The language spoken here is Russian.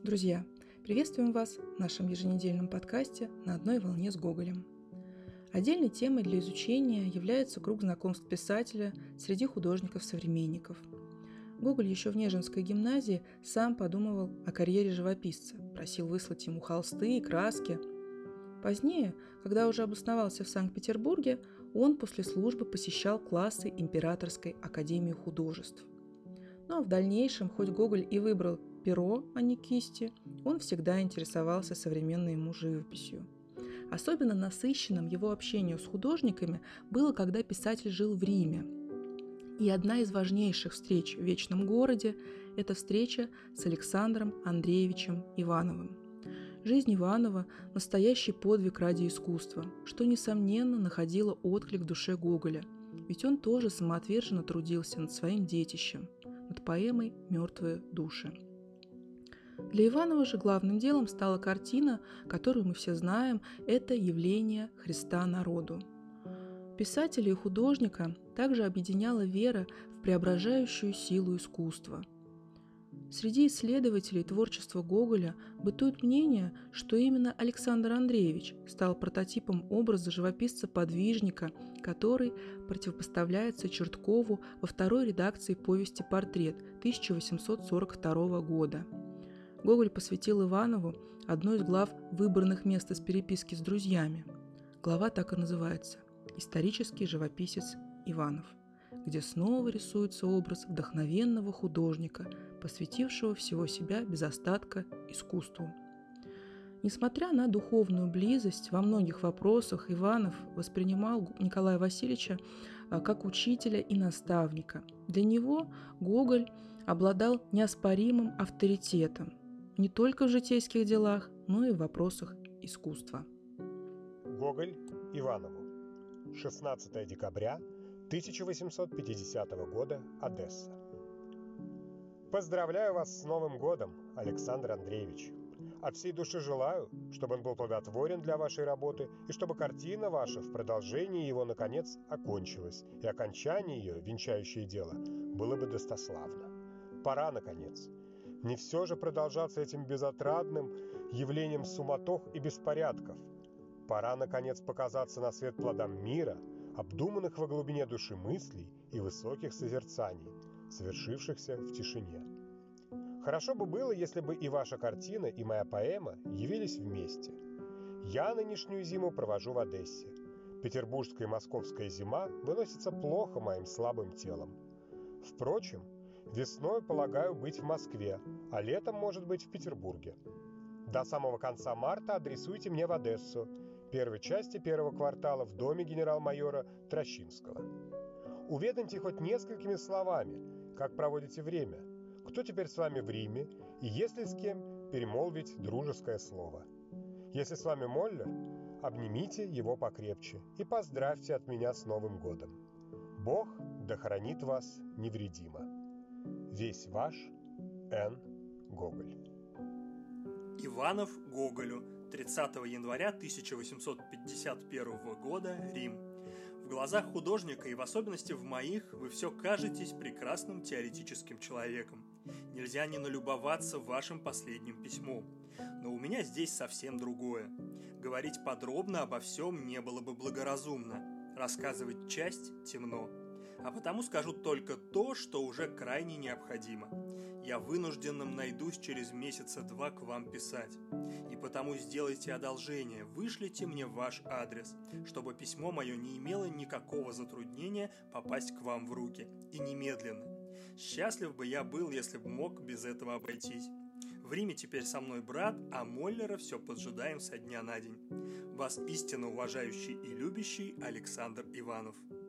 Друзья, приветствуем вас в нашем еженедельном подкасте «На одной волне с Гоголем». Отдельной темой для изучения является круг знакомств писателя среди художников-современников. Гоголь еще в Нежинской гимназии сам подумывал о карьере живописца, просил выслать ему холсты и краски. Позднее, когда уже обосновался в Санкт-Петербурге, он после службы посещал классы Императорской академии художеств. Ну а в дальнейшем, хоть Гоголь и выбрал перо, а не кисти, он всегда интересовался современной ему живописью. Особенно насыщенным его общение с художниками было, когда писатель жил в Риме. И одна из важнейших встреч в Вечном городе – это встреча с Александром Андреевичем Ивановым. Жизнь Иванова – настоящий подвиг ради искусства, что, несомненно, находило отклик в душе Гоголя, ведь он тоже самоотверженно трудился над своим детищем, над поэмой «Мертвые души». Для Иванова же главным делом стала картина, которую мы все знаем, это явление Христа народу. Писателя и художника также объединяла вера в преображающую силу искусства. Среди исследователей творчества Гоголя бытует мнение, что именно Александр Андреевич стал прототипом образа живописца-подвижника, который противопоставляется Черткову во второй редакции повести «Портрет» 1842 года. Гоголь посвятил Иванову одну из глав выбранных мест из переписки с друзьями. Глава так и называется «Исторический живописец Иванов», где снова рисуется образ вдохновенного художника, посвятившего всего себя без остатка искусству. Несмотря на духовную близость, во многих вопросах Иванов воспринимал Николая Васильевича как учителя и наставника. Для него Гоголь обладал неоспоримым авторитетом не только в житейских делах, но и в вопросах искусства. Гоголь Иванову. 16 декабря 1850 года, Одесса. Поздравляю вас с Новым годом, Александр Андреевич. От всей души желаю, чтобы он был плодотворен для вашей работы и чтобы картина ваша в продолжении его, наконец, окончилась, и окончание ее, венчающее дело, было бы достославно. Пора, наконец. Не все же продолжаться этим безотрадным явлением суматох и беспорядков. Пора, наконец, показаться на свет плодам мира, обдуманных во глубине души мыслей и высоких созерцаний, совершившихся в тишине. Хорошо бы было, если бы и ваша картина, и моя поэма явились вместе. Я нынешнюю зиму провожу в Одессе. Петербургская и московская зима выносится плохо моим слабым телом. Впрочем, весной полагаю быть в Москве, а летом, может быть, в Петербурге. До самого конца марта адресуйте мне в Одессу, первой части первого квартала в доме генерал-майора Трощинского. Уведомьте хоть несколькими словами, как проводите время, кто теперь с вами в Риме и есть ли с кем перемолвить дружеское слово. Если с вами Моллер, обнимите его покрепче и поздравьте от меня с Новым годом. Бог да хранит вас невредимо. Весь ваш Н. Гоголь. Иванов Гоголю, 30 января 1851 года, Рим. В глазах художника и в особенности в моих вы все кажетесь прекрасным теоретическим человеком. Нельзя не налюбоваться вашим последним письмом. Но у меня здесь совсем другое. Говорить подробно обо всем не было бы благоразумно. Рассказывать часть темно. А потому скажу только то, что уже крайне необходимо. Я вынужденным найдусь через месяца 2 к вам писать. И потому сделайте одолжение, вышлите мне ваш адрес, чтобы письмо мое не имело никакого затруднения попасть к вам в руки. И немедленно. Счастлив бы я был, если бы мог без этого обойтись. В Риме теперь со мной брат, а Моллера все поджидаем со дня на день. Вас истинно уважающий и любящий Александр Иванов.